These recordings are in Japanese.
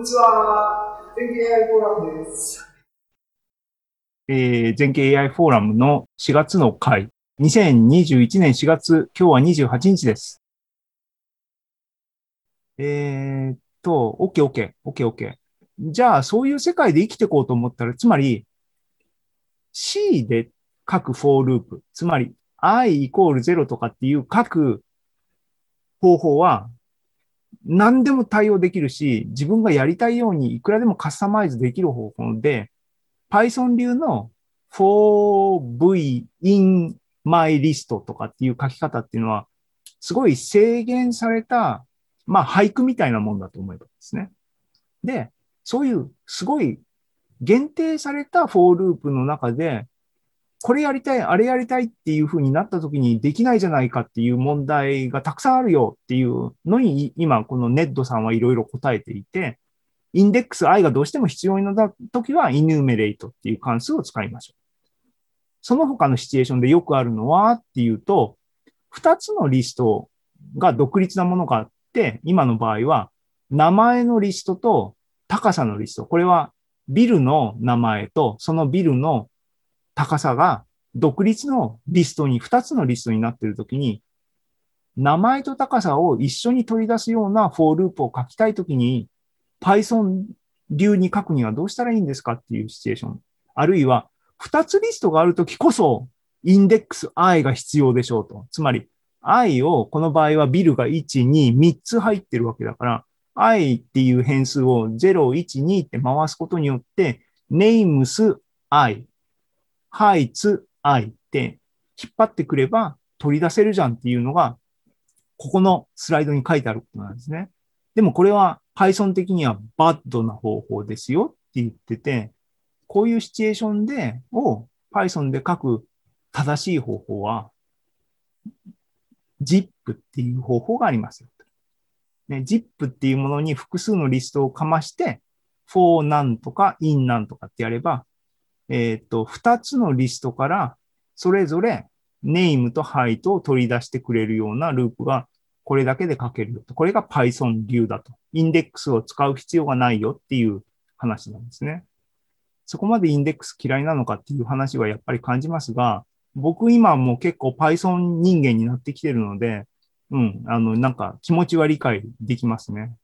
にちは。全経 AI フォーラムです。 全経 AI フォーラムの4月の回、2021年4月、今日は28日です。OK。じゃあ、そういう世界で生きていこうと思ったら、つまり C で書くフォーループ、つまり I イコール0とかっていう書く方法は何でも対応できるし、自分がやりたいようにいくらでもカスタマイズできる方法で、Python 流の for v in my list とかっていう書き方っていうのは、すごい制限された、まあ俳句みたいなもんだと思えばですね。で、そういうすごい限定された for ループの中で、これやりたい、あれやりたいっていう風になった時にできないじゃないかっていう問題がたくさんあるよっていうのに、今このネッドさんはいろいろ答えていて、インデックス i がどうしても必要な時は enumerate っていう関数を使いましょう。その他のシチュエーションでよくあるのはっていうと、2つのリストが独立なものがあって、今の場合は名前のリストと高さのリスト。これはビルの名前とそのビルの高さが独立のリストに、2つのリストになっているときに、名前と高さを一緒に取り出すようなフォーループを書きたいときに、Python 流に書くにはどうしたらいいんですかっていうシチュエーション。あるいは、2つリストがあるときこそ、インデックス i が必要でしょうと。つまり、i を、この場合はビルが1、2、3つ入ってるわけだから、i っていう変数を0、1、2って回すことによって、names i、heights i って引っ張ってくれば取り出せるじゃんっていうのが、ここのスライドに書いてあることなんですね。でもこれは Python 的にはバッドな方法ですよって言ってて、こういうシチュエーションを Python で書く正しい方法は ZIP っていう方法がありますよ。ね、ZIP っていうものに複数のリストをかまして、for なんとか in なんとかってやれば、2つのリストからそれぞれネームとハイトを取り出してくれるようなループがこれだけで書けるよと。これが Python 流だと。インデックスを使う必要がないよっていう話なんですね。そこまでインデックス嫌いなのかっていう話はやっぱり感じますが、僕今もう結構 Python 人間になってきてるので、なんか気持ちは理解できますね。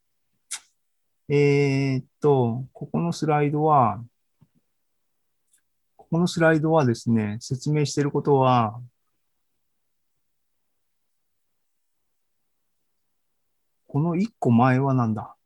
ここのスライドはですね、説明していることは、この1個前はなんだ。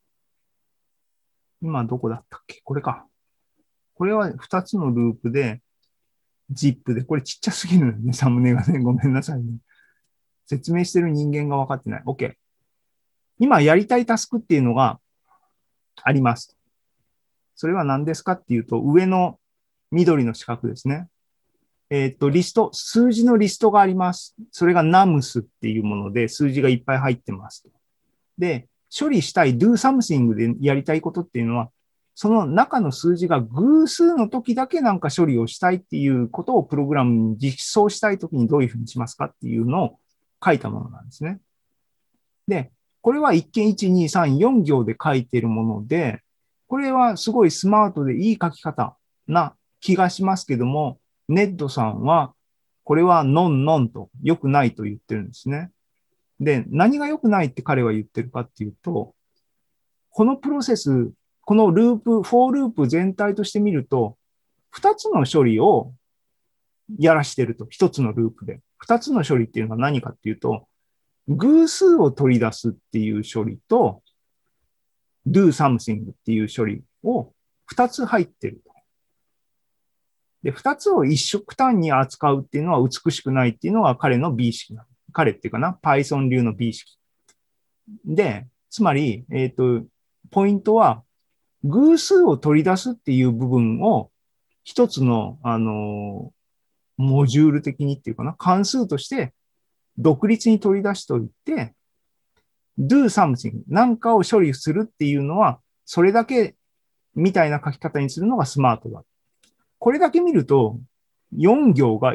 今どこだったっけ？これか。これは2つのループで、ZIP で、これちっちゃすぎるね、サムネがね。ごめんなさいね。説明してる人間が分かってない。OK。今やりたいタスクっていうのがあります。それは何ですかっていうと、上の緑の四角ですね。リスト、数字のリストがあります。それが nums っていうもので、数字がいっぱい入ってます。で、処理したい do something でやりたいことっていうのは、その中の数字が偶数の時だけなんか処理をしたいっていうことをプログラムに実装したい時にどういうふうにしますかっていうのを書いたものなんですね。で、これは一見1、2、3、4行で書いているもので、これはすごいスマートでいい書き方な気がしますけども、ネッドさんは、これはノンノンと良くないと言ってるんですね。で、何が良くないって彼は言ってるかっていうと、このプロセス、このループ、フォーループ全体として見ると、2つの処理をやらしてると、1つのループで。2つの処理っていうのは何かっていうと、偶数を取り出すっていう処理と、do something っていう処理を2つ入ってる。で、2つを一色単に扱うっていうのは美しくないっていうのが彼の美意識なの。彼っていうかな、Python 流の美意識。で、つまり、ポイントは、偶数を取り出すっていう部分を一つの、モジュール的にっていうかな、関数として独立に取り出しておいて、do something、なんかを処理するっていうのは、それだけみたいな書き方にするのがスマートだ。これだけ見ると、4行が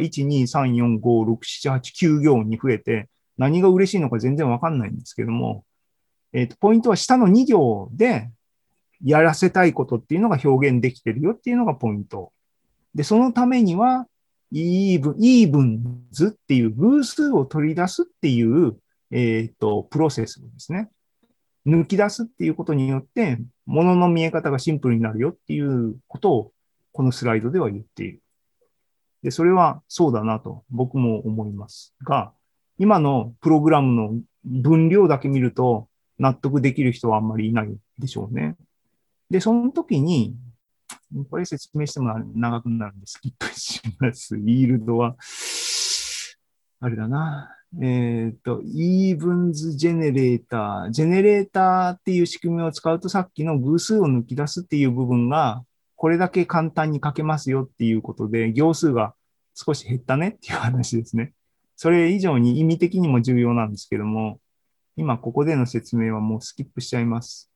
1、2、3、4、5、6、7、8、9行に増えて、何が嬉しいのか全然わかんないんですけども、ポイントは下の2行で、 やらせたいことっていうのが表現できてるよっていうのがポイント。で、そのためには、イーブンズっていう偶数を取り出すっていう、プロセスですね。抜き出すっていうことによって、物の見え方がシンプルになるよっていうことを、このスライドでは言っている。で、それはそうだなと僕も思いますが、今のプログラムの分量だけ見ると納得できる人はあんまりいないでしょうね。で、その時に、これ説明しても長くなるんでスキップします。イールドは、あれだな。イーブンズジェネレーター。ジェネレーターっていう仕組みを使うとさっきの偶数を抜き出すっていう部分が、これだけ簡単に書けますよっていうことで、行数が少し減ったねっていう話ですね。それ以上に意味的にも重要なんですけども、今ここでの説明はもうスキップしちゃいます。